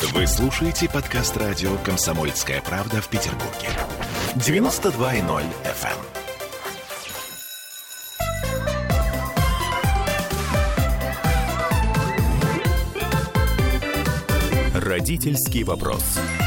Вы слушаете подкаст радио «Комсомольская правда» в Петербурге. 92.0 FM. Родительский вопрос.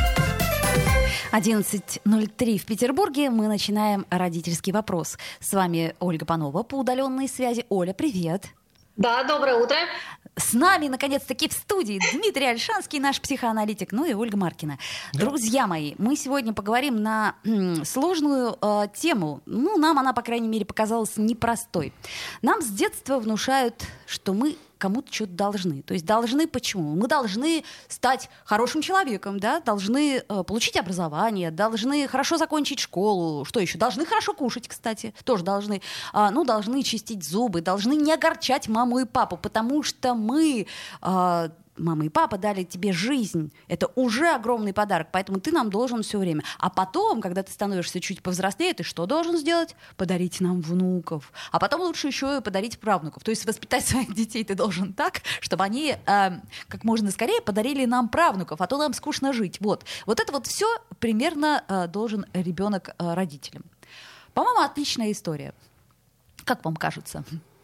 11:03 в Петербурге. Мы начинаем родительский вопрос. С вами Ольга Панова по удаленной связи. Оля, привет. Да, доброе утро. С нами, наконец-таки, в студии Дмитрий Ольшанский, наш психоаналитик, ну и Ольга Маркина. Да. Друзья мои, мы сегодня поговорим на сложную тему. Ну, нам она, по крайней мере, показалась непростой. Нам с детства внушают, что мы кому-то что-то должны. То есть должны почему? Мы должны стать хорошим человеком, да? Должны получить образование, должны хорошо закончить школу. Что еще? Должны хорошо кушать, кстати. Тоже должны. Должны чистить зубы, должны не огорчать маму и папу, потому что мы... Мама и папа дали тебе жизнь. Это уже огромный подарок, поэтому ты нам должен все время. А потом, когда ты становишься чуть повзрослее, ты что должен сделать? Подарить нам внуков. А потом лучше еще и подарить правнуков. То есть воспитать своих детей ты должен так, чтобы они как можно скорее подарили нам правнуков, а то нам скучно жить. Вот это вот все примерно должен ребенок родителям. По-моему, отличная история. Как вам кажется?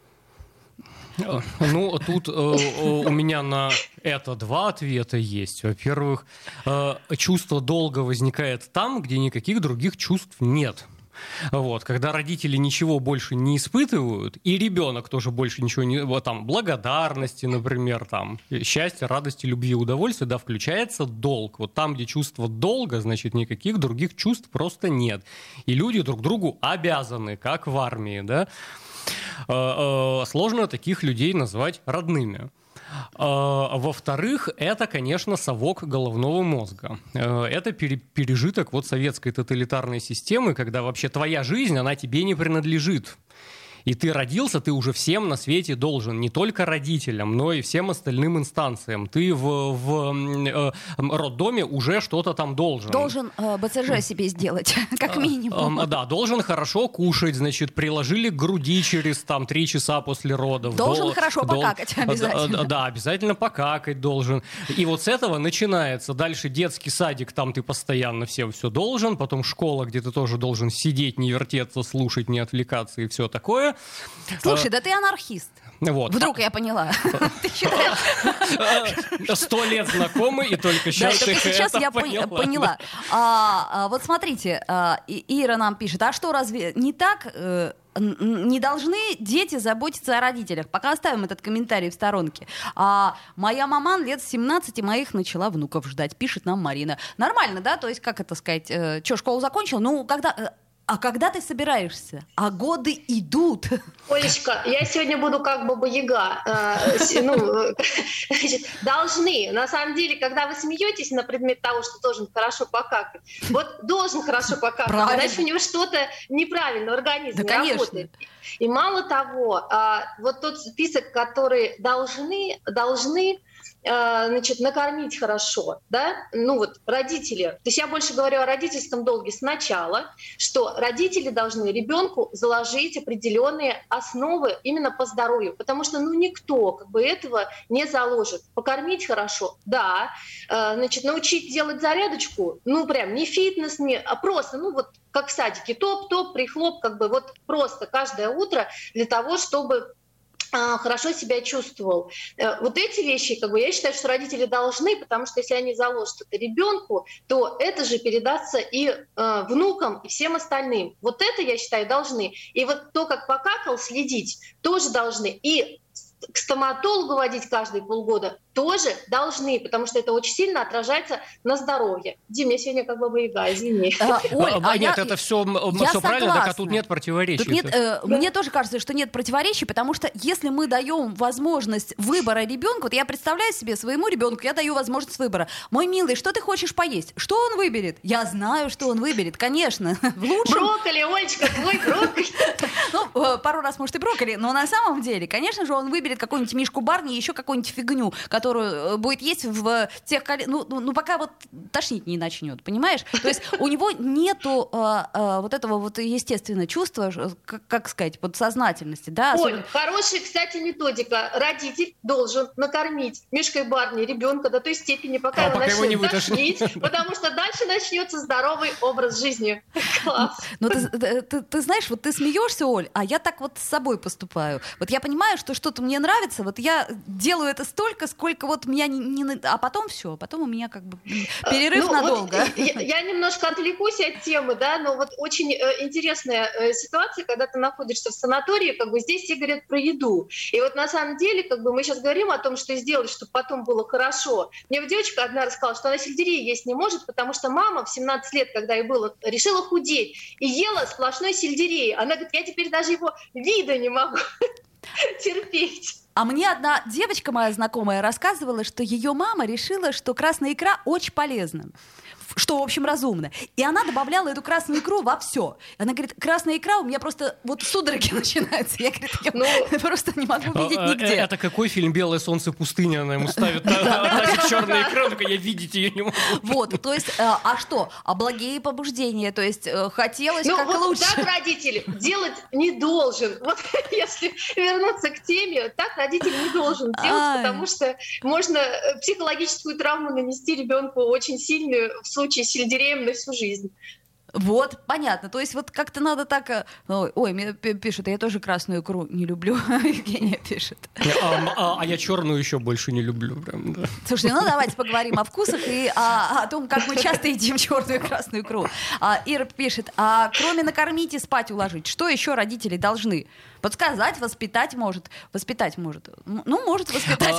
Ну, тут у меня на это два ответа есть. Во-первых, чувство долга возникает там, где никаких других чувств нет. Вот, когда родители ничего больше не испытывают, и ребенок тоже больше ничего не... Вот там, благодарности, например, там, счастья, радости, любви, удовольствия, да, включается долг. Вот там, где чувство долга, значит, никаких других чувств просто нет. И люди друг другу обязаны, как в армии, да. Сложно таких людей назвать родными. Во-вторых, это, конечно, совок головного мозга. Это пережиток вот советской тоталитарной системы, когда вообще твоя жизнь, она тебе не принадлежит. И ты родился, ты уже всем на свете должен, не только родителям, но и всем остальным инстанциям. Ты в роддоме уже что-то там должен. Должен БЦЖ себе сделать, как минимум. Да, должен хорошо кушать, значит, приложили к груди через 3 часа после родов. Должен хорошо покакать обязательно. Да, обязательно покакать должен. И вот с этого начинается. Дальше детский садик, там ты постоянно всем все должен. Потом школа, где ты тоже должен сидеть, не вертеться, слушать, не отвлекаться и все такое. Слушай, да ты анархист. Вот. Вдруг я поняла. Ты считаешь? 100 лет знакомы, и только сейчас ты сейчас я поняла. Вот смотрите, Ира нам пишет, а что, разве не так... Не должны дети заботиться о родителях. Пока оставим этот комментарий в сторонке. Моя маман лет с 17 моих начала внуков ждать, пишет нам Марина. Нормально, да? То есть, как это сказать, что, школу закончил? Ну, когда ты собираешься? А годы идут. Олечка, я сегодня буду как Баба-Яга. Должны. На самом деле, когда вы смеетесь на предмет того, что должен хорошо покакать, вот должен хорошо покакать, иначе у него что-то неправильно в организме работает. И мало того, вот тот список, который должны накормить хорошо, да, родители, то есть я больше говорю о родительском долге сначала, что родители должны ребенку заложить определенные основы именно по здоровью, потому что, никто этого не заложит. Покормить хорошо, да, научить делать зарядочку, прям не фитнес, а просто, как в садике, топ-топ, прихлоп, просто каждое утро для того, чтобы хорошо себя чувствовал. Вот эти вещи, я считаю, что родители должны, потому что если они заложат это ребенку, то это же передастся и внукам, и всем остальным. Вот это, я считаю, должны. И вот то, как покакал, следить, тоже должны. И к стоматологу водить каждые полгода тоже должны, потому что это очень сильно отражается на здоровье. Дим, я сегодня как Баба-Яга, извини. Нет, это все правильно, так тут нет противоречий. Мне тоже кажется, что нет противоречий, потому что если мы даем возможность выбора ребенку, вот я представляю себе своему ребенку, я даю возможность выбора. Мой милый, что ты хочешь поесть? Что он выберет? Я знаю, что он выберет, конечно. Брокколи, Олечка, твой брокколи. Пару раз, может, и брокколи, но на самом деле, конечно же, он выберет какую-нибудь мишку Барни и еще какую-нибудь фигню, которую будет есть в тех... Ну, пока вот тошнить не начнет, понимаешь? То есть у него нету вот этого вот естественного чувства, как сказать, подсознательности, да? Оль, хорошая, кстати, методика. Родитель должен накормить мишкой Барни ребенка до той степени, пока его начнет тошнить, потому что дальше начнется здоровый образ жизни. Класс. Ну, ты знаешь, вот ты смеешься, Оль, а я так вот с собой поступаю. Вот я понимаю, что что-то мне нравится, вот я делаю это столько, сколько вот меня не... А потом все, потом у меня как бы перерыв надолго. Вот я немножко отвлекусь от темы, да, но вот очень интересная ситуация, когда ты находишься в санатории, как бы здесь все говорят про еду. И вот на самом деле, как бы мы сейчас говорим о том, что сделать, чтобы потом было хорошо. Мне девочка одна рассказала, что она сельдерей есть не может, потому что мама в 17 лет, когда ей было, решила худеть и ела сплошной сельдерей. Она говорит, я теперь даже его вида не могу терпеть. А мне одна девочка моя знакомая рассказывала, что ее мама решила, что красная икра очень полезна. Что, в общем, разумно. И она добавляла эту красную икру во все. Она говорит, красная икра у меня просто вот судороги начинаются. Я, говорит, я просто не могу видеть нигде. Это какой фильм «Белое солнце пустыни»? Она ему ставит тазик черной икры, только я видеть ее не могу. Вот, то есть, а что? А благие побуждения, то есть хотелось как лучше. Так родитель делать не должен. Вот если вернуться к теме, так родитель не должен делать, потому что можно психологическую травму нанести ребенку очень сильную в случае с сельдереем на всю жизнь. Вот, понятно. То есть вот как-то надо так... Ой, мне пишут, я тоже красную икру не люблю. Евгения пишет. А я черную еще больше не люблю. Прям, да. Слушай, ну давайте поговорим о вкусах и о том, как мы часто едим черную и красную икру. Ира пишет, кроме накормить и спать уложить, что еще родители должны? Подсказать, воспитать может. Воспитать может. Ну, может воспитать.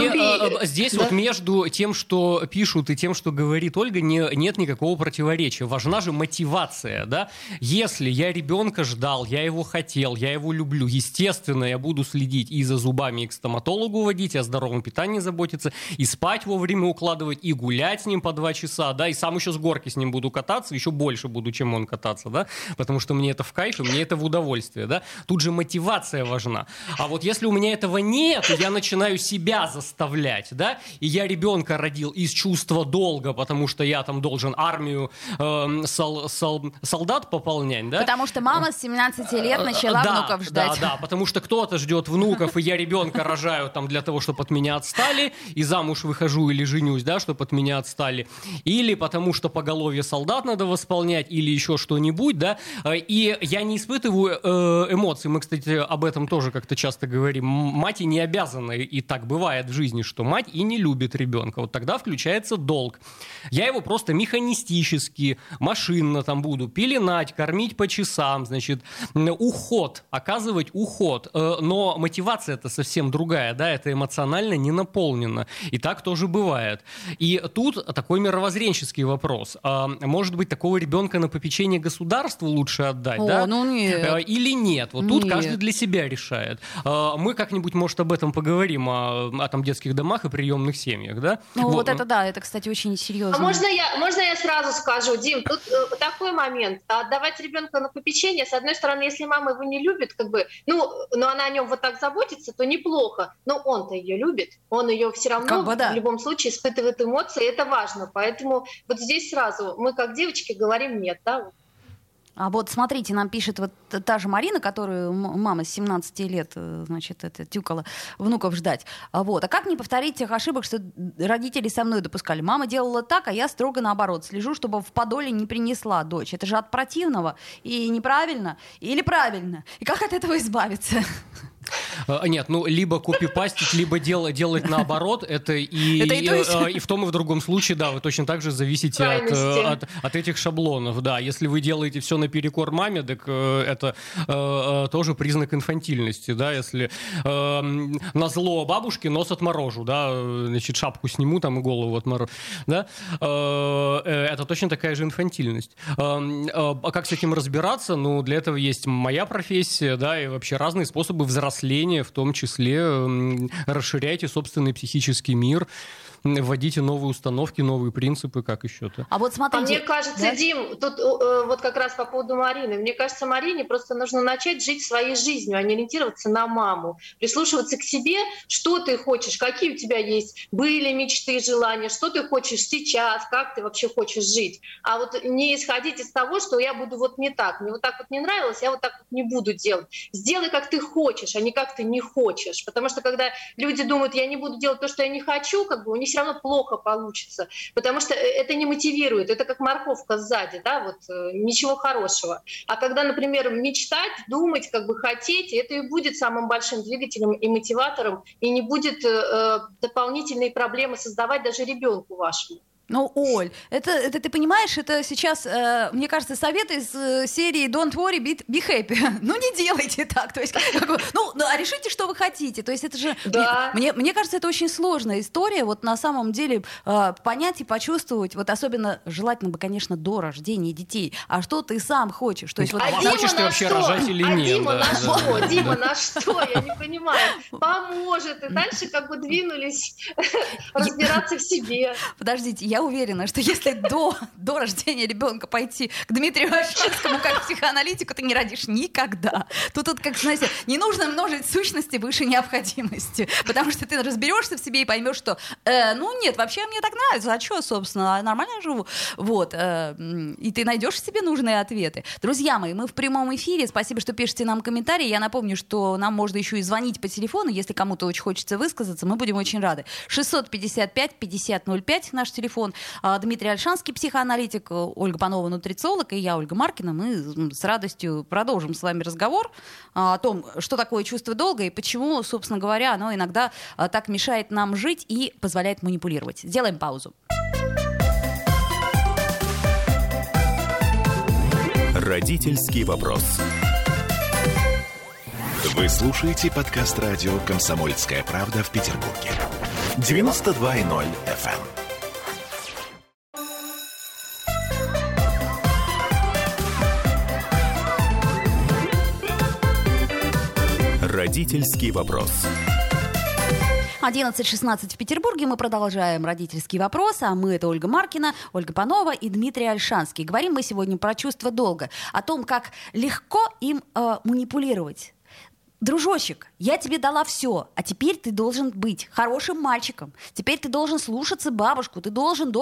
Здесь вот между тем, что пишут, и тем, что говорит Ольга, нет никакого противоречия. Важна же мотивация, да? Если я ребенка ждал, я его хотел, я его люблю, естественно, я буду следить и за зубами, и к стоматологу водить, и о здоровом питании заботиться, и спать вовремя укладывать, и гулять с ним по 2 часа, да, и сам еще с горки с ним буду кататься, еще больше буду, чем он кататься, да, потому что мне это в кайф, и мне это в удовольствие, да. Тут же мотивация важна. А вот если у меня этого нет, я начинаю себя заставлять, да, и я ребенка родил из чувства долга, потому что я там должен армию солдат пополнять, да. Потому что мама с 17 лет начала внуков ждать. Да, потому что кто-то ждет внуков, и я ребенка рожаю там для того, чтобы от меня отстали, и замуж выхожу или женюсь, да, чтобы от меня отстали. Или потому что поголовье солдат надо восполнять, или еще что-нибудь, да. И я не испытываю эмоций. Мы, кстати, об этом тоже как-то часто говорим. Мать и не обязана, и так бывает в жизни, что мать и не любит ребенка. Вот тогда включается долг. Я его просто механистически, машинно там буду пеленать, кормить по часам, значит, оказывать уход. Но мотивация-то совсем другая, да, это эмоционально не наполнено. И так тоже бывает. И тут такой мировоззренческий вопрос. Может быть, такого ребенка на попечение государству лучше отдать, да? Ну нет. Или нет? Вот тут каждый для себя решает. Мы как-нибудь, может, об этом поговорим, о там детских домах и приемных семьях, да? Ну вот это да, это, кстати, очень серьезно. А можно я сразу скажу, Дим, тут такой момент. Отдавать ребенка на попечение, с одной стороны, если мама его не любит, как бы, но она о нем вот так заботится, то неплохо. Но он-то ее любит, он ее все равно как бы, да. В любом случае испытывает эмоции, это важно. Поэтому вот здесь сразу мы, как девочки, говорим нет, да? А вот смотрите, нам пишет вот та же Марина, которую мама с 17 лет, значит, тюкала внуков ждать. Вот. А как не повторить тех ошибок, что родители со мной допускали? Мама делала так, а я строго наоборот. Слежу, чтобы в подоле не принесла дочь. Это же от противного и неправильно, или правильно. И как от этого избавиться? Нет, либо копипастить, либо делать наоборот. Это и в том, и в другом случае, да, вы точно так же зависите от этих шаблонов. Да, если вы делаете все наперекор маме, так это тоже признак инфантильности, да, если назло бабушке нос отморожу, да, значит, шапку сниму там и голову отморожу, да, это точно такая же инфантильность. А как с этим разбираться? Для этого есть моя профессия, да, и вообще разные способы взросления, в том числе расширяйте собственный психический мир. вводите новые установки, новые принципы, как еще-то. А вот смотрите... Мне кажется, да? Дим, тут вот как раз по поводу Марины. Мне кажется, Марине просто нужно начать жить своей жизнью, а не ориентироваться на маму. Прислушиваться к себе, что ты хочешь, какие у тебя есть были мечты, желания, что ты хочешь сейчас, как ты вообще хочешь жить. А вот не исходить из того, что я буду вот не так. Мне вот так вот не нравилось, я вот так вот не буду делать. Сделай, как ты хочешь, а не как ты не хочешь. Потому что когда люди думают, я не буду делать то, что я не хочу, как бы у них все равно плохо получится. Потому что это не мотивирует. Это как морковка сзади, да, вот ничего хорошего. А когда, например, мечтать, думать, как бы хотеть, это и будет самым большим двигателем и мотиватором, и не будет дополнительные проблемы создавать даже ребенку вашему. Ну, Оль, это ты понимаешь, это сейчас, мне кажется, совет из серии «Don't worry, be happy». Ну, не делайте так. То есть, а решите, что вы хотите. То есть это же... Да. Мне кажется, это очень сложная история. Вот на самом деле понять и почувствовать, вот особенно желательно бы, конечно, до рождения детей. А что ты сам хочешь? То есть, вот, хочешь ты вообще рожать или нет? Дима на что? Дима на что? Я не понимаю. Поможет. И дальше как бы двинулись разбираться в себе. Подождите, я уверена, что если до рождения ребенка пойти к Дмитрию Ольшанскому как психоаналитику, ты не родишь никогда. Тут как, знаете, не нужно множить сущности выше необходимости, потому что ты разберешься в себе и поймешь, что, нет, вообще мне так нравится, а что, собственно, нормально живу. Вот. И ты найдешь в себе нужные ответы. Друзья мои, мы в прямом эфире. Спасибо, что пишете нам комментарии. Я напомню, что нам можно еще и звонить по телефону, если кому-то очень хочется высказаться. Мы будем очень рады. 655-5005 наш телефон. Дмитрий Ольшанский, психоаналитик, Ольга Панова, нутрициолог, и я, Ольга Маркина. Мы с радостью продолжим с вами разговор о том, что такое чувство долга и почему, собственно говоря, оно иногда так мешает нам жить и позволяет манипулировать. Сделаем паузу. Родительский вопрос. Вы слушаете подкаст радио «Комсомольская правда» в Петербурге. 92.0 FM. Родительский вопрос. 11:16 в Петербурге. Мы продолжаем родительский вопрос. А мы — это Ольга Маркина, Ольга Панова и Дмитрий Ольшанский. Говорим мы сегодня про чувство долга. О том, как легко им манипулировать. Дружочек, я тебе дала все, а теперь ты должен быть хорошим мальчиком. Теперь ты должен слушаться бабушку. Ты должен.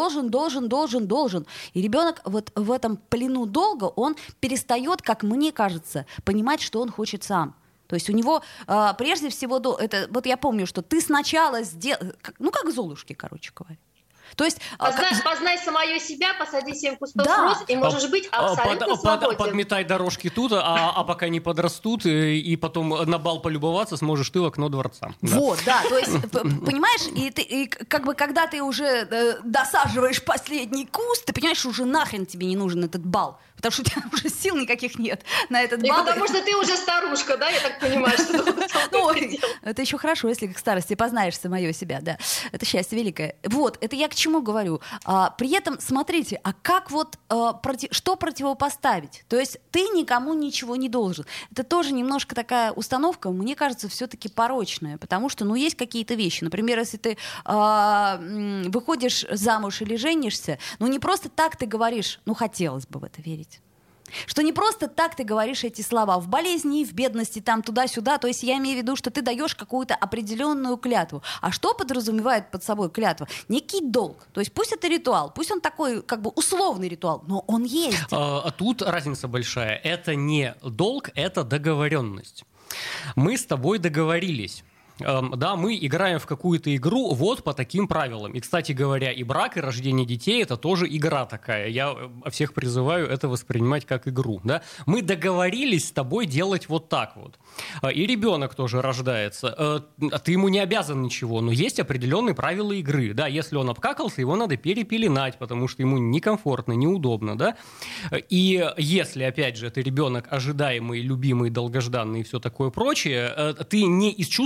И ребенок вот в этом плену долга, он перестает, как мне кажется, понимать, что он хочет сам. То есть у него прежде всего, это, вот я помню, что ты сначала сделал, как Золушки, короче говоря. То есть, познай самое себя, посади 7 кустов роз, и можешь быть абсолютно свободен. Подметай дорожки тут, а пока не подрастут, и потом на бал полюбоваться сможешь ты в окно дворца. Вот, да, то есть, понимаешь, и как бы когда ты уже досаживаешь последний куст, ты понимаешь, что уже нахрен тебе не нужен этот бал, потому что у тебя уже сил никаких нет на этот бал. И потому что ты уже старушка, да, я так понимаю, что ты это еще хорошо, если к старости познаешь самое себя, да, это счастье великое. Вот, это я к чему говорю? При этом, смотрите, а как вот, что противопоставить? То есть ты никому ничего не должен. Это тоже немножко такая установка, мне кажется, все-таки порочная, потому что, есть какие-то вещи. Например, если ты выходишь замуж или женишься, не просто так ты говоришь, хотелось бы в это верить. Что не просто так ты говоришь эти слова в болезни, в бедности, там туда-сюда. То есть я имею в виду, что ты даешь какую-то определенную клятву. А что подразумевает под собой клятва? Некий долг. То есть пусть это ритуал, пусть он такой как бы условный ритуал, но он есть. А тут разница большая. Это не долг, это договоренность. Мы с тобой договорились. Да, мы играем в какую-то игру вот по таким правилам. И, кстати говоря, и брак, и рождение детей — это тоже игра такая. Я всех призываю это воспринимать как игру. Да? Мы договорились с тобой делать вот так вот. И ребенок тоже рождается. Ты ему не обязан ничего, но есть определенные правила игры. Да? Если он обкакался, его надо перепеленать, потому что ему некомфортно, неудобно. Да? И если, опять же, это ребенок ожидаемый, любимый, долгожданный и все такое прочее, ты не из чувства долга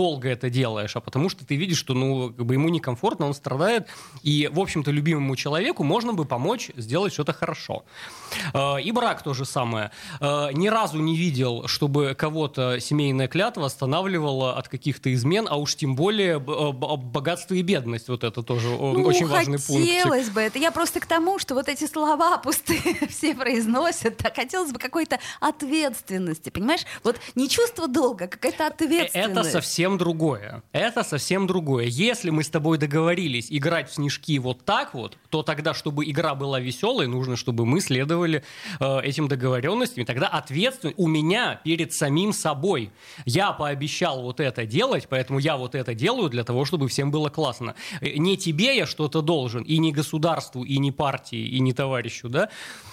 долго это делаешь, а потому что ты видишь, что ему некомфортно, он страдает, и, в общем-то, любимому человеку можно бы помочь сделать что-то хорошо. И брак то же самое. Ни разу не видел, чтобы кого-то семейная клятва останавливала от каких-то измен, а уж тем более богатство и бедность. Вот это тоже очень важный пункт. Хотелось бы это. Я просто к тому, что вот эти слова пустые все произносят, так хотелось бы какой-то ответственности, понимаешь? Вот не чувство долга, а какая-то ответственность. Это совсем другое. Это совсем другое. Если мы с тобой договорились играть в снежки вот так вот, то тогда, чтобы игра была веселой, нужно, чтобы мы следовали этим договоренностям. И тогда ответственность у меня перед самим собой. Я пообещал вот это делать, поэтому я вот это делаю для того, чтобы всем было классно. Не тебе я что-то должен, и не государству, и не партии, и не товарищу, да?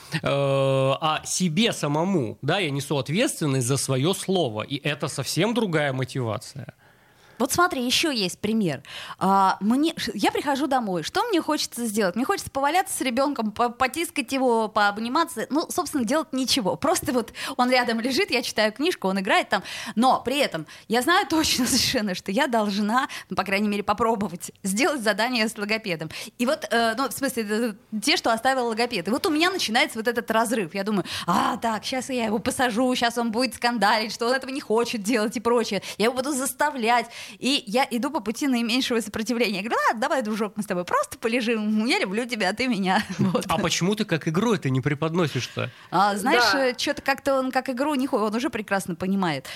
А себе самому, да, я несу ответственность за свое слово, и это совсем другая мотивация. Вот смотри, еще есть пример. Я прихожу домой. Что мне хочется сделать? Мне хочется поваляться с ребенком, потискать его, пообниматься. Ну, собственно, делать ничего. Просто вот он рядом лежит, я читаю книжку, он играет там. Но при этом я знаю точно совершенно, что я должна, по крайней мере, попробовать сделать задание с логопедом. И вот, в смысле, те, что оставил логопед. И вот у меня начинается вот этот разрыв. Я думаю, так, сейчас я его посажу, сейчас он будет скандалить, что он этого не хочет делать и прочее. Я его буду заставлять. И я иду по пути наименьшего сопротивления. Я говорю, давай, дружок, мы с тобой просто полежим. Я люблю тебя, а ты меня. Вот. А почему ты как игру это не преподносишь-то? Знаешь, что-то как-то он как игру не ходит, он уже прекрасно понимает.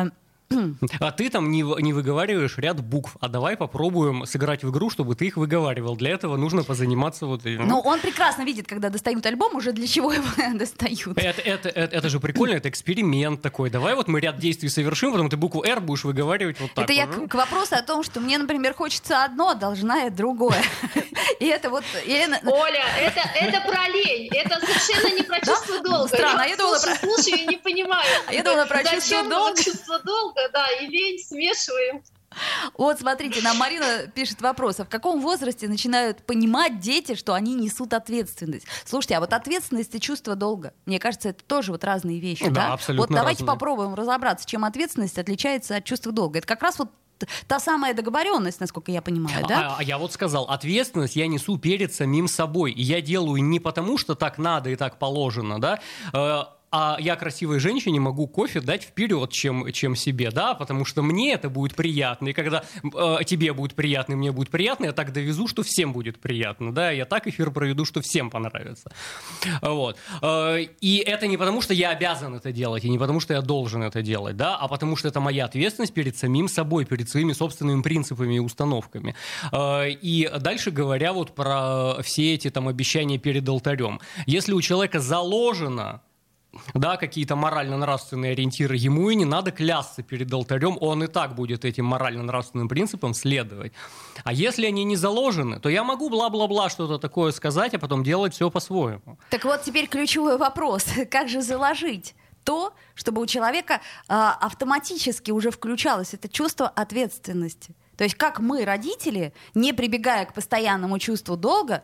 А ты там не выговариваешь ряд букв. А давай попробуем сыграть в игру, чтобы ты их выговаривал. Для этого нужно позаниматься вот этим. Ну, он прекрасно видит, когда достают альбом, уже для чего его достают. Это же прикольно, это эксперимент такой. Давай вот мы ряд действий совершим, потом ты букву «Р» будешь выговаривать вот так. Это я к вопросу о том, что мне, например, хочется одно, а должна я другое. И это вот... Оля, это про лень. Это совершенно не про чувство долга. Странно, я слушаю и не понимаю. А я думала про чувство долга. Зачем чувство долга, да, и лень смешиваем. Вот, смотрите, нам Марина пишет вопрос. А в каком возрасте начинают понимать дети, что они несут ответственность? Слушайте, а вот ответственность и чувство долга, мне кажется, это тоже вот разные вещи, да? Абсолютно вот давайте разные. Попробуем разобраться, чем ответственность отличается от чувства долга. Это как раз вот та самая договоренность, насколько я понимаю, да? А я вот сказал, ответственность я несу перед самим собой. И я делаю не потому, что так надо и так положено, да? А я красивой женщине могу кофе дать вперед, чем себе, да, потому что мне это будет приятно, и когда тебе будет приятно, и мне будет приятно, я так довезу, что всем будет приятно, да, я так эфир проведу, что всем понравится, вот. И это не потому, что я обязан это делать, и не потому, что я должен это делать, да, а потому что это моя ответственность перед самим собой, перед своими собственными принципами и установками. И дальше говоря вот про все эти там обещания перед алтарем. Если у человека заложено, да, какие-то морально-нравственные ориентиры, ему и не надо клясться перед алтарем, он и так будет этим морально-нравственным принципам следовать. А если они не заложены, то я могу бла-бла-бла что-то такое сказать, а потом делать все по-своему. Так вот теперь ключевой вопрос. Как же заложить то, чтобы у человека автоматически уже включалось это чувство ответственности? То есть как мы, родители, не прибегая к постоянному чувству долга,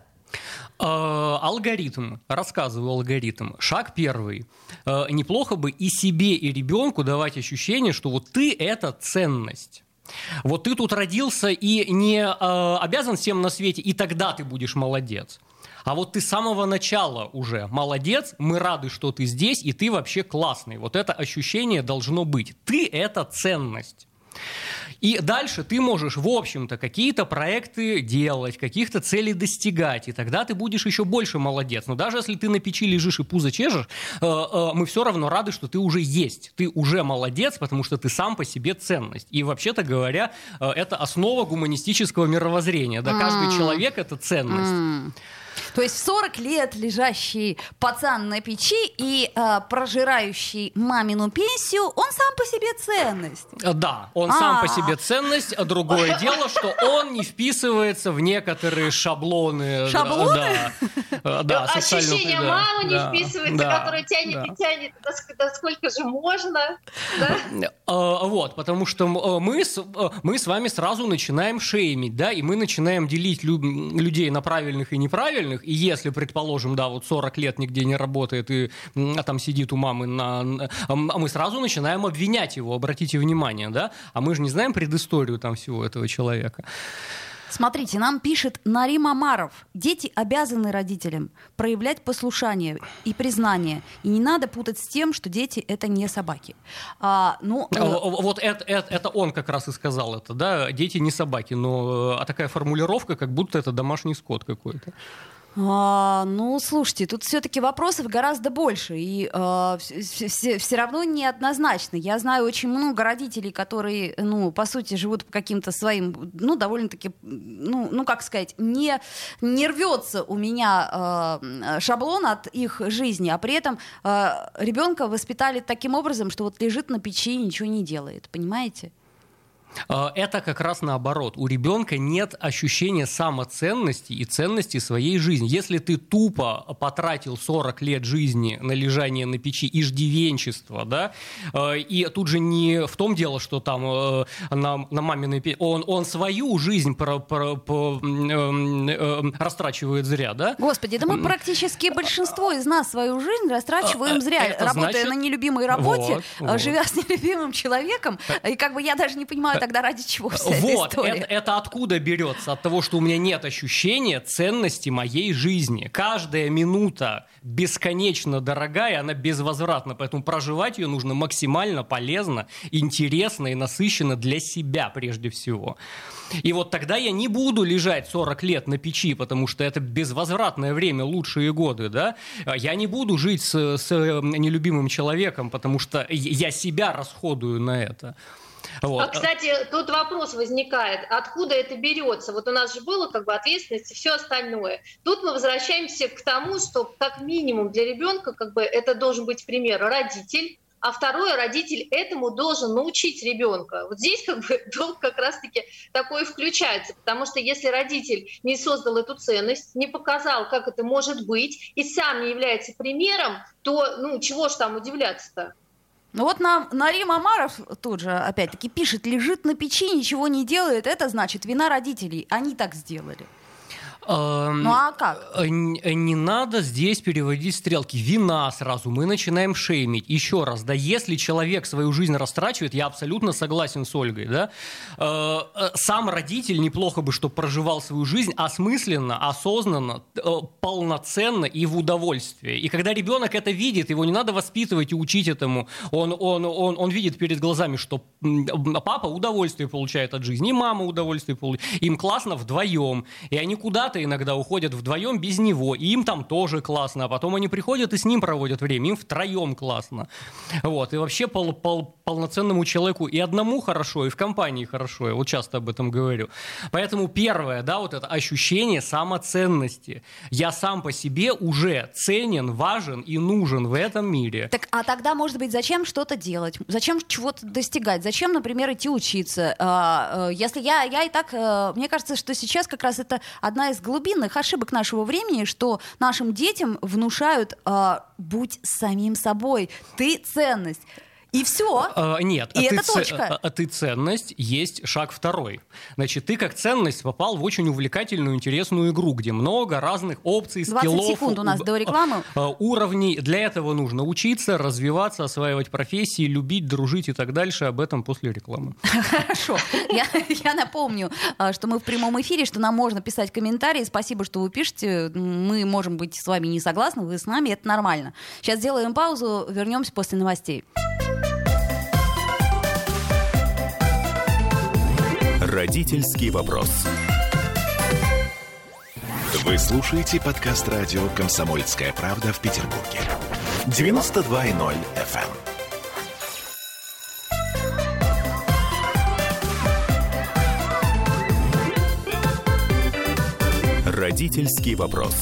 алгоритм. Рассказываю алгоритм. Шаг первый. Неплохо бы и себе, и ребенку давать ощущение, что вот ты — это ценность. Вот ты тут родился и не обязан всем на свете, и тогда ты будешь молодец. А вот ты с самого начала уже молодец, мы рады, что ты здесь, и ты вообще классный. Вот это ощущение должно быть. Ты — это ценность. И дальше ты можешь, в общем-то, какие-то проекты делать, каких-то целей достигать, и тогда ты будешь еще больше молодец. Но даже если ты на печи лежишь и пузо чешешь, мы все равно рады, что ты уже есть. Ты уже молодец, потому что ты сам по себе ценность. И, вообще-то говоря, это основа гуманистического мировоззрения. Да, каждый человек — это ценность. То есть в 40 лет лежащий пацан на печи и прожирающий мамину пенсию, он сам по себе ценность. Да, он сам по себе ценность, а другое дело, что он не вписывается в некоторые шаблоны. Шаблоны? Да, ощущение мамы не вписывается, которое тянет и тянет, да сколько же можно. Вот, потому что мы с вами сразу начинаем шеймить, да, и мы начинаем делить людей на правильных и неправильных, правильных, и если, предположим, да, вот 40 лет нигде не работает, и там сидит у мамы, мы сразу начинаем обвинять его, обратите внимание, да, а мы же не знаем предысторию там всего этого человека. Смотрите, нам пишет Нарим Амаров. Дети обязаны родителям проявлять послушание и признание. И не надо путать с тем, что дети — это не собаки. Вот это он как раз и сказал это, да, дети не собаки, но такая формулировка, как будто это домашний скот какой-то. Слушайте, тут все-таки вопросов гораздо больше, и все равно неоднозначно. Я знаю очень много родителей, которые, по сути, живут по каким-то своим, довольно-таки, как сказать, не рвется у меня шаблон от их жизни, а при этом ребенка воспитали таким образом, что вот лежит на печи и ничего не делает, понимаете? Это как раз наоборот. У ребенка нет ощущения самоценности и ценности своей жизни. Если ты тупо потратил 40 лет жизни на лежание на печи, исдивенчество, да, и тут же не в том дело, что там на маминой печи, он свою жизнь растрачивает зря, да? Господи, да мы практически большинство из нас свою жизнь растрачиваем зря, работая на нелюбимой работе, живя с нелюбимым человеком, и я даже не понимаю, тогда ради чего вся эта история? Это откуда берется? От того, что у меня нет ощущения ценности моей жизни. Каждая минута бесконечно дорогая, она безвозвратна, поэтому проживать ее нужно максимально полезно, интересно и насыщенно для себя прежде всего. И вот тогда я не буду лежать 40 лет на печи, потому что это безвозвратное время, лучшие годы, да? Я не буду жить с нелюбимым человеком, потому что я себя расходую на это. Вот. Кстати, тут вопрос возникает, откуда это берется? Вот у нас же было ответственность и все остальное. Тут мы возвращаемся к тому, что как минимум для ребенка это должен быть пример родитель, а второе, родитель этому должен научить ребенка. Вот здесь долг как раз-таки такой включается, потому что если родитель не создал эту ценность, не показал, как это может быть, и сам не является примером, то чего ж там удивляться-то? Вот нам Нарим Амаров тут же, опять-таки, пишет, лежит на печи, ничего не делает, это значит вина родителей, они так сделали. А как? Не надо здесь переводить стрелки. Вина сразу. Мы начинаем шеймить. Еще раз, да, если человек свою жизнь растрачивает, я абсолютно согласен с Ольгой, да, сам родитель неплохо бы, чтобы проживал свою жизнь осмысленно, осознанно, полноценно и в удовольствие. И когда ребенок это видит, его не надо воспитывать и учить этому. Он видит перед глазами, что папа удовольствие получает от жизни, и мама удовольствие получает. Им классно вдвоем. И они куда-то иногда уходят вдвоем без него, и им там тоже классно, а потом они приходят и с ним проводят время, им втроем классно. Вот. И вообще полноценному человеку и одному хорошо, и в компании хорошо, я вот часто об этом говорю. Поэтому первое, да, вот это ощущение самоценности. Я сам по себе уже ценен, важен и нужен в этом мире. Так, а тогда, может быть, зачем что-то делать? Зачем чего-то достигать? Зачем, например, идти учиться? Если я и так, мне кажется, что сейчас как раз это одна из глубинных ошибок нашего времени, что нашим детям внушают «будь самим собой, ты ценность». И все. Нет, и это точка. Ты ценность, есть шаг второй. Значит, ты как ценность попал в очень увлекательную, интересную игру, где много разных опций, 20 скиллов. 20 секунд у нас до рекламы. Уровней. Для этого нужно учиться, развиваться, осваивать профессии, любить, дружить и так дальше. Об этом после рекламы. Хорошо. Я напомню, что мы в прямом эфире, что нам можно писать комментарии. Спасибо, что вы пишете. Мы можем быть с вами не согласны, вы с нами, это нормально. Сейчас сделаем паузу, вернемся после новостей. Родительский вопрос. Вы слушаете подкаст радио «Комсомольская правда» в Петербурге. 92.0 FM. Родительский вопрос.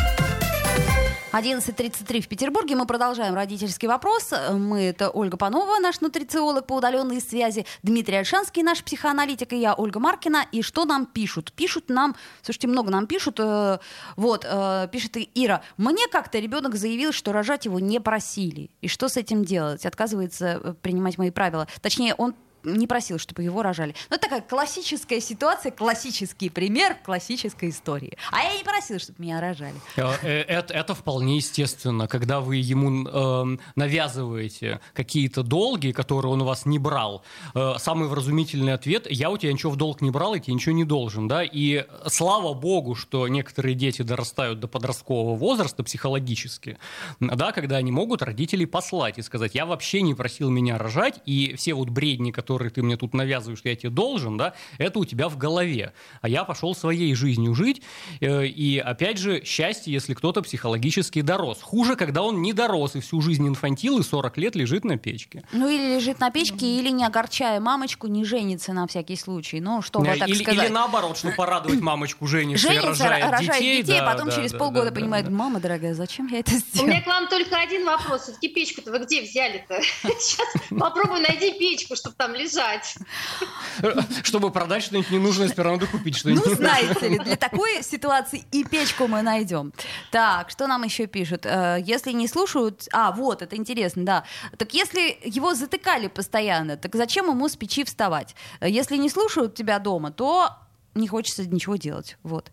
11:33 в Петербурге. Мы продолжаем родительский вопрос. Это Ольга Панова, наш нутрициолог по удаленной связи, Дмитрий Ольшанский, наш психоаналитик, и я, Ольга Маркина. И что нам пишут? Пишут нам, слушайте, много нам пишут. Пишет Ира. Мне как-то ребенок заявил, что рожать его не просили. И что с этим делать? Отказывается принимать мои правила. Точнее, он не просил, чтобы его рожали. Ну, это такая классическая ситуация, классический пример классической истории. А я не просила, чтобы меня рожали. Это вполне естественно, когда вы ему навязываете какие-то долги, которые он у вас не брал. Самый вразумительный ответ: я у тебя ничего в долг не брал, я тебе ничего не должен. Да? И слава богу, что некоторые дети дорастают до подросткового возраста психологически, да, когда они могут родителей послать и сказать: я вообще не просил меня рожать, и все вот бредни, которые ты мне тут навязываешь, что я тебе должен, да, это у тебя в голове. А я пошел своей жизнью жить, и опять же, счастье, если кто-то психологически дорос. Хуже, когда он не дорос и всю жизнь инфантил, и 40 лет лежит на печке. Ну, или лежит на печке, или, не огорчая мамочку, не женится на всякий случай. Ну, чтобы так сказать. Или наоборот, чтобы порадовать мамочку, женится и рожает детей. Да, потом через полгода понимает: мама дорогая, зачем я это сделала? У меня к вам только один вопрос. Все-таки печку-то вы где взяли-то? Сейчас попробуй найди печку, чтобы там лежать. Чтобы продать что-нибудь ненужное, сперва надо купить что-нибудь. Ну, знаете ли, для такой ситуации и печку мы найдем. Так, что нам еще пишут? Если не слушают... вот, это интересно, да. Так если его затыкали постоянно, так зачем ему с печи вставать? Если не слушают тебя дома, то не хочется ничего делать. Вот.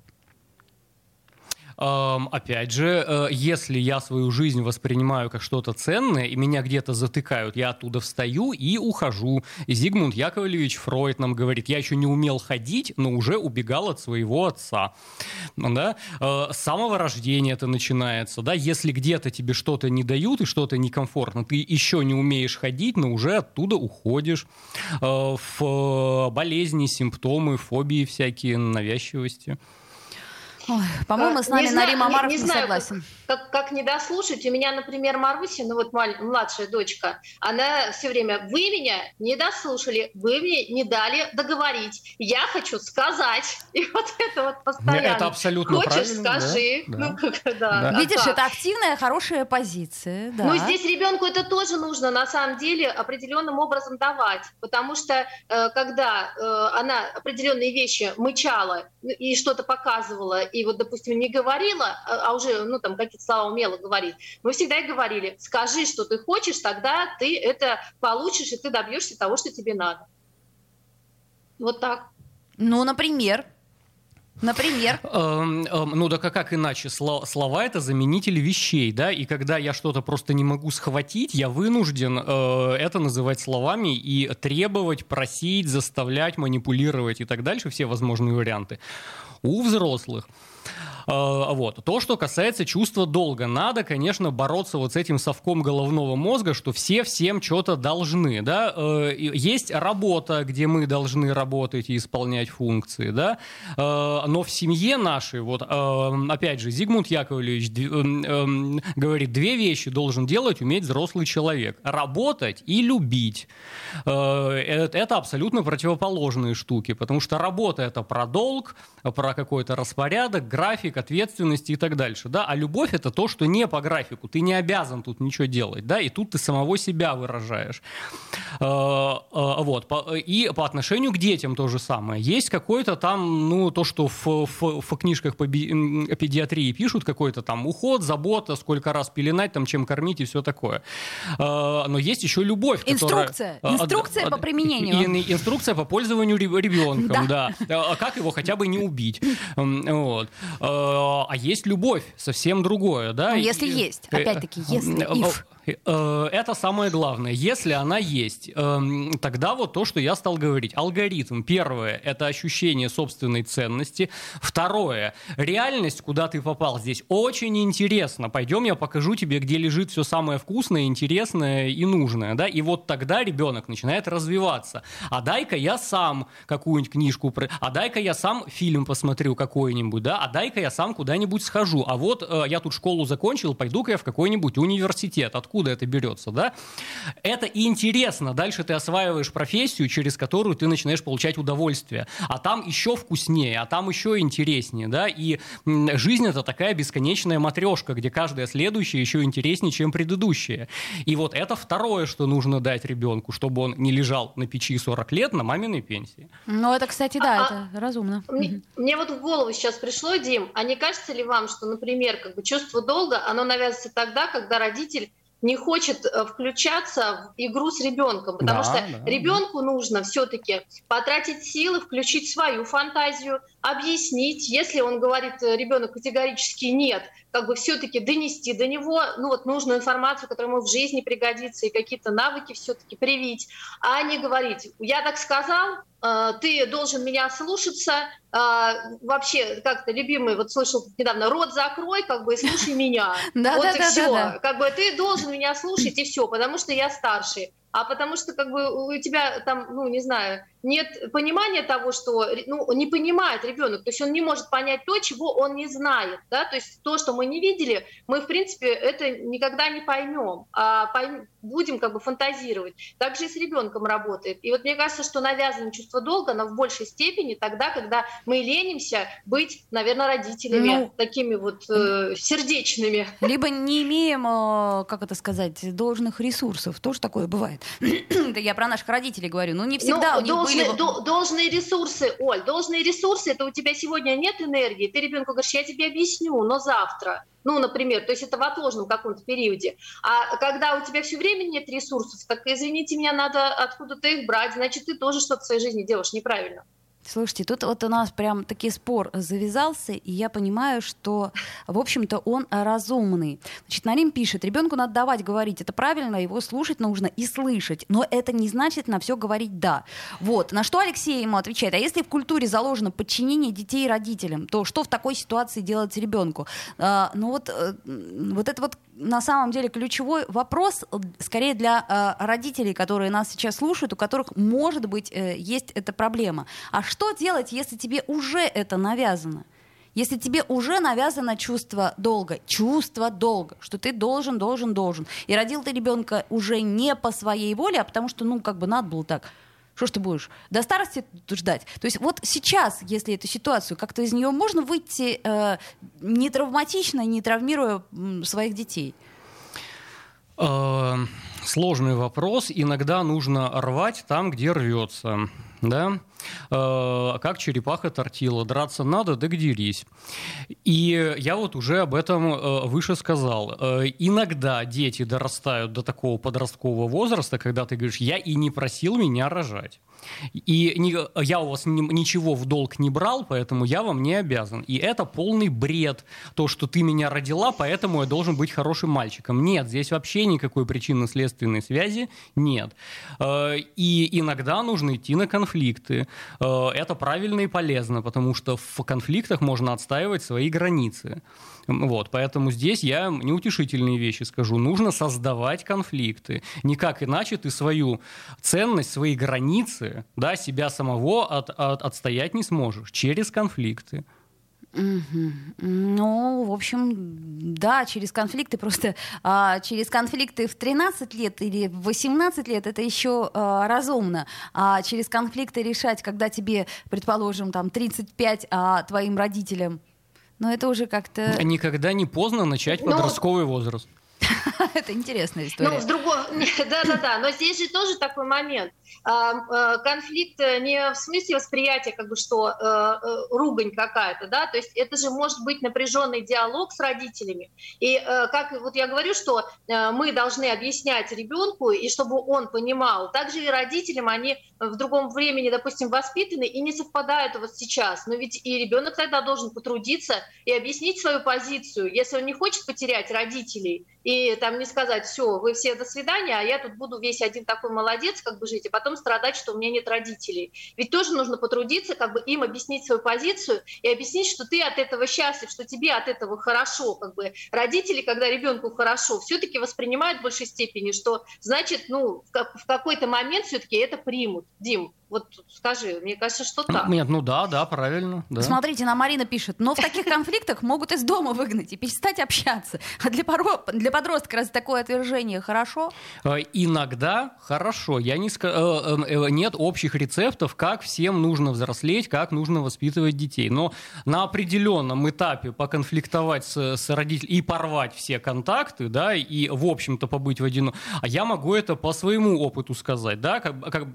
Опять же, если я свою жизнь воспринимаю как что-то ценное, и меня где-то затыкают, я оттуда встаю и ухожу. И Зигмунд Яковлевич Фройд нам говорит: я еще не умел ходить, но уже убегал от своего отца. Да? С самого рождения это начинается. Да? Если где-то тебе что-то не дают и что-то некомфортно, ты еще не умеешь ходить, но уже оттуда уходишь. В болезни, симптомы, фобии всякие, навязчивости. Ой, по-моему, с нами Нарим Омаров не согласен. Как не дослушать. У меня, например, Маруся, младшая дочка, она все время: вы меня не дослушали, вы мне не дали договорить. Я хочу сказать. И вот это вот постоянно. Это абсолютно хочешь, правильно. Скажи. Да. Видишь, это активная, хорошая позиция. Да. Ну, здесь ребенку это тоже нужно, на самом деле, определенным образом давать. Потому что, когда она определенные вещи мычала и что-то показывала, и вот, допустим, не говорила, а уже, какие-то слова умела говорить, мы всегда и говорили: скажи, что ты хочешь, тогда ты это получишь, и ты добьешься того, что тебе надо. Вот так. Ну, например? Ну да как иначе? Слова — это заменители вещей, да, и когда я что-то просто не могу схватить, я вынужден это называть словами и требовать, просить, заставлять, манипулировать и так дальше, все возможные варианты. У взрослых. Вот. То, что касается чувства долга, надо, конечно, бороться вот с этим совком головного мозга, что все всем что-то должны, да. Есть работа, где мы должны работать и исполнять функции, да, но в семье нашей, вот, опять же, Зигмунд Яковлевич говорит: две вещи должен делать уметь взрослый человек: работать и любить. Это абсолютно противоположные штуки, потому что работа — это про долг, про какой-то распорядок, график, ответственности и так дальше, да, а любовь — это то, что не по графику, ты не обязан тут ничего делать, да, и тут ты самого себя выражаешь. Вот, и по отношению к детям то же самое. Есть какой-то там, то, что в книжках по педиатрии пишут, какой-то там уход, забота, сколько раз пеленать, там, чем кормить и все такое. Но есть еще любовь, инструкция по применению. Инструкция по пользованию ребенком, да. Как его хотя бы не убить. Вот. А есть любовь, совсем другое, да? Если есть, опять-таки, если это самое главное. Если она есть, тогда вот то, что я стал говорить. Алгоритм. Первое — это ощущение собственной ценности. Второе — реальность, куда ты попал. Здесь очень интересно. Пойдем, я покажу тебе, где лежит все самое вкусное, интересное и нужное. Да? И вот тогда ребенок начинает развиваться. А дай-ка я сам какую-нибудь книжку, а дай-ка я сам фильм посмотрю какой-нибудь, да? А дай-ка я сам куда-нибудь схожу. А вот я тут школу закончил, пойду-ка я в какой-нибудь университет. Откуда это берется, да? Это интересно. Дальше ты осваиваешь профессию, через которую ты начинаешь получать удовольствие. А там еще вкуснее, а там еще интереснее, да? И жизнь — это такая бесконечная матрешка, где каждая следующая еще интереснее, чем предыдущая. И вот это второе, что нужно дать ребенку, чтобы он не лежал на печи 40 лет на маминой пенсии. Ну, это, кстати, да, это разумно. Мне вот в голову сейчас пришло, Дим, а не кажется ли вам, что, например, чувство долга, оно навязывается тогда, когда родитель не хочет включаться в игру с ребенком, потому что ребенку нужно все-таки потратить силы, включить свою фантазию, объяснить. Если он говорит, ребенок категорически нет, как бы все-таки донести до него нужную информацию, которая ему в жизни пригодится, и какие-то навыки все-таки привить, а не говорить: я так сказал, ты должен меня слушаться, вообще, как-то любимый, вот слышал недавно, рот закрой, как бы, и слушай меня. Вот и все. Как бы ты должен меня слушать, и все, потому что я старший. А потому что, как бы, у тебя там, не знаю, нет понимания того, что, не понимает ребенок, то есть он не может понять то, чего он не знает, да, то есть то, что мы не видели, мы, в принципе, это никогда не поймем, будем как бы фантазировать. Так же и с ребенком работает. И вот мне кажется, что навязанное чувство долга, оно в большей степени тогда, когда мы ленимся быть, наверное, родителями такими вот сердечными. Либо не имеем, как это сказать, должных ресурсов. Тоже такое бывает. Это я про наших родителей говорю. Не всегда у них были... Должные ресурсы, Оль, должные ресурсы, это у тебя сегодня нет энергии, ты ребенку говоришь: я тебе объясню, но завтра. Например, то есть это в отложенном каком-то периоде. А когда у тебя все время нет ресурсов, так, извините меня, надо откуда-то их брать, значит, ты тоже что-то в своей жизни делаешь неправильно. Слушайте, тут вот у нас прям таки спор завязался, и я понимаю, что, в общем-то, он разумный. Значит, Нарим пишет: ребенку надо давать говорить, это правильно, его слушать нужно и слышать, но это не значит на все говорить «да». Вот. На что Алексей ему отвечает: а если в культуре заложено подчинение детей родителям, то что в такой ситуации делать ребенку? Вот это вот на самом деле ключевой вопрос, скорее для родителей, которые нас сейчас слушают, у которых, может быть, есть эта проблема. А что делать, если тебе уже это навязано? Если тебе уже навязано чувство долга, что ты должен, и родил ты ребенка уже не по своей воле, а потому что, надо было так. Что ж ты будешь до старости тут ждать? То есть вот сейчас, если эту ситуацию, как-то из нее можно выйти не травматично, не травмируя своих детей? Сложный вопрос. Иногда нужно рвать там, где рвется. Да? Как черепаха тортила. Драться надо, да дерись. И я вот уже об этом выше сказал. Иногда дети дорастают до такого подросткового возраста, когда ты говоришь: я и не просил меня рожать. И я у вас ничего в долг не брал, поэтому я вам не обязан. И это полный бред. То, что ты меня родила, поэтому я должен быть хорошим мальчиком. Нет, здесь вообще никакой причинно-следственной связи нет. И иногда нужно идти на конфликты. Это правильно и полезно, потому что в конфликтах можно отстаивать свои границы. Вот, поэтому здесь я неутешительные вещи скажу. Нужно создавать конфликты. Никак иначе ты свою ценность, свои границы, да, себя самого отстоять не сможешь. Через конфликты. В общем, да, через конфликты. Просто через конфликты в 13 лет или в 18 лет это еще разумно. А через конфликты решать, когда тебе, предположим, 35, а твоим родителям, это уже как-то... Никогда не поздно начать подростковый возраст. Это интересная история. Да, но здесь же тоже такой момент. Конфликт не в смысле восприятия, что ругань какая-то, да, то есть это же может быть напряженный диалог с родителями. И как вот я говорю, что мы должны объяснять ребенку, и чтобы он понимал. Также и родителям, они в другом времени, допустим, воспитаны и не совпадают вот сейчас. Но ведь и ребенок тогда должен потрудиться и объяснить свою позицию, если он не хочет потерять родителей. И не сказать: все, вы все до свидания, а я тут буду весь один такой молодец, жить, и потом страдать, что у меня нет родителей. Ведь тоже нужно потрудиться, им объяснить свою позицию и объяснить, что ты от этого счастлив, что тебе от этого хорошо. Родители, когда ребенку хорошо, все-таки воспринимают в большей степени, что значит, в какой-то момент все-таки это примут. Дим, вот скажи, мне кажется, что так. Нет, да, правильно. Да. Смотрите, Марина пишет: но в таких конфликтах могут из дома выгнать и перестать общаться. А для подростка раз такое отвержение хорошо? Иногда хорошо. Нет общих рецептов, как всем нужно взрослеть, как нужно воспитывать детей. Но на определенном этапе поконфликтовать с родителями и порвать все контакты, да, и, в общем-то, побыть в одиночестве. А я могу это по своему опыту сказать, да, когда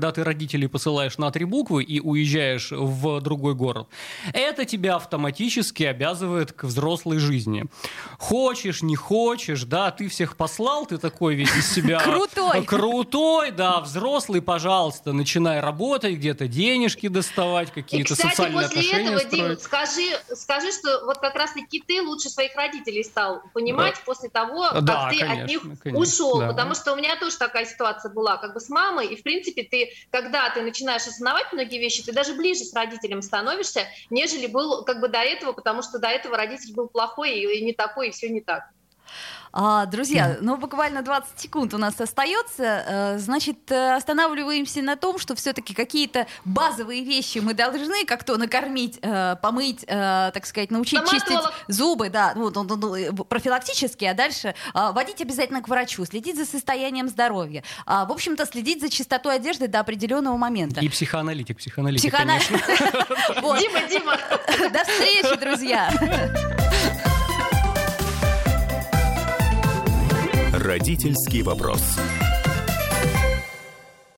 когда ты родителей посылаешь на 3 буквы и уезжаешь в другой город, это тебя автоматически обязывает к взрослой жизни. Хочешь, не хочешь, да, ты всех послал, ты такой весь из себя... Крутой, да, взрослый, пожалуйста, начинай работать, где-то денежки доставать, какие-то социальные отношения строить. Дим, скажи, что вот как раз-таки ты лучше своих родителей стал понимать после того, как ты от них ушел. Да. Потому что у меня тоже такая ситуация была, как бы с мамой, и в принципе когда ты начинаешь осознавать многие вещи, ты даже ближе с родителем становишься, нежели был как бы до этого, потому что до этого родитель был плохой и не такой, и все не так. Друзья, буквально 20 секунд у нас остается. Значит, останавливаемся на том, что все-таки какие-то базовые вещи мы должны, как то накормить, помыть, так сказать, научить чистить зубы, да, профилактически, а дальше водить обязательно к врачу, следить за состоянием здоровья. В общем-то, следить за чистотой одежды до определенного момента. И психоаналитик, конечно. Дима. До встречи, друзья. Родительский вопрос.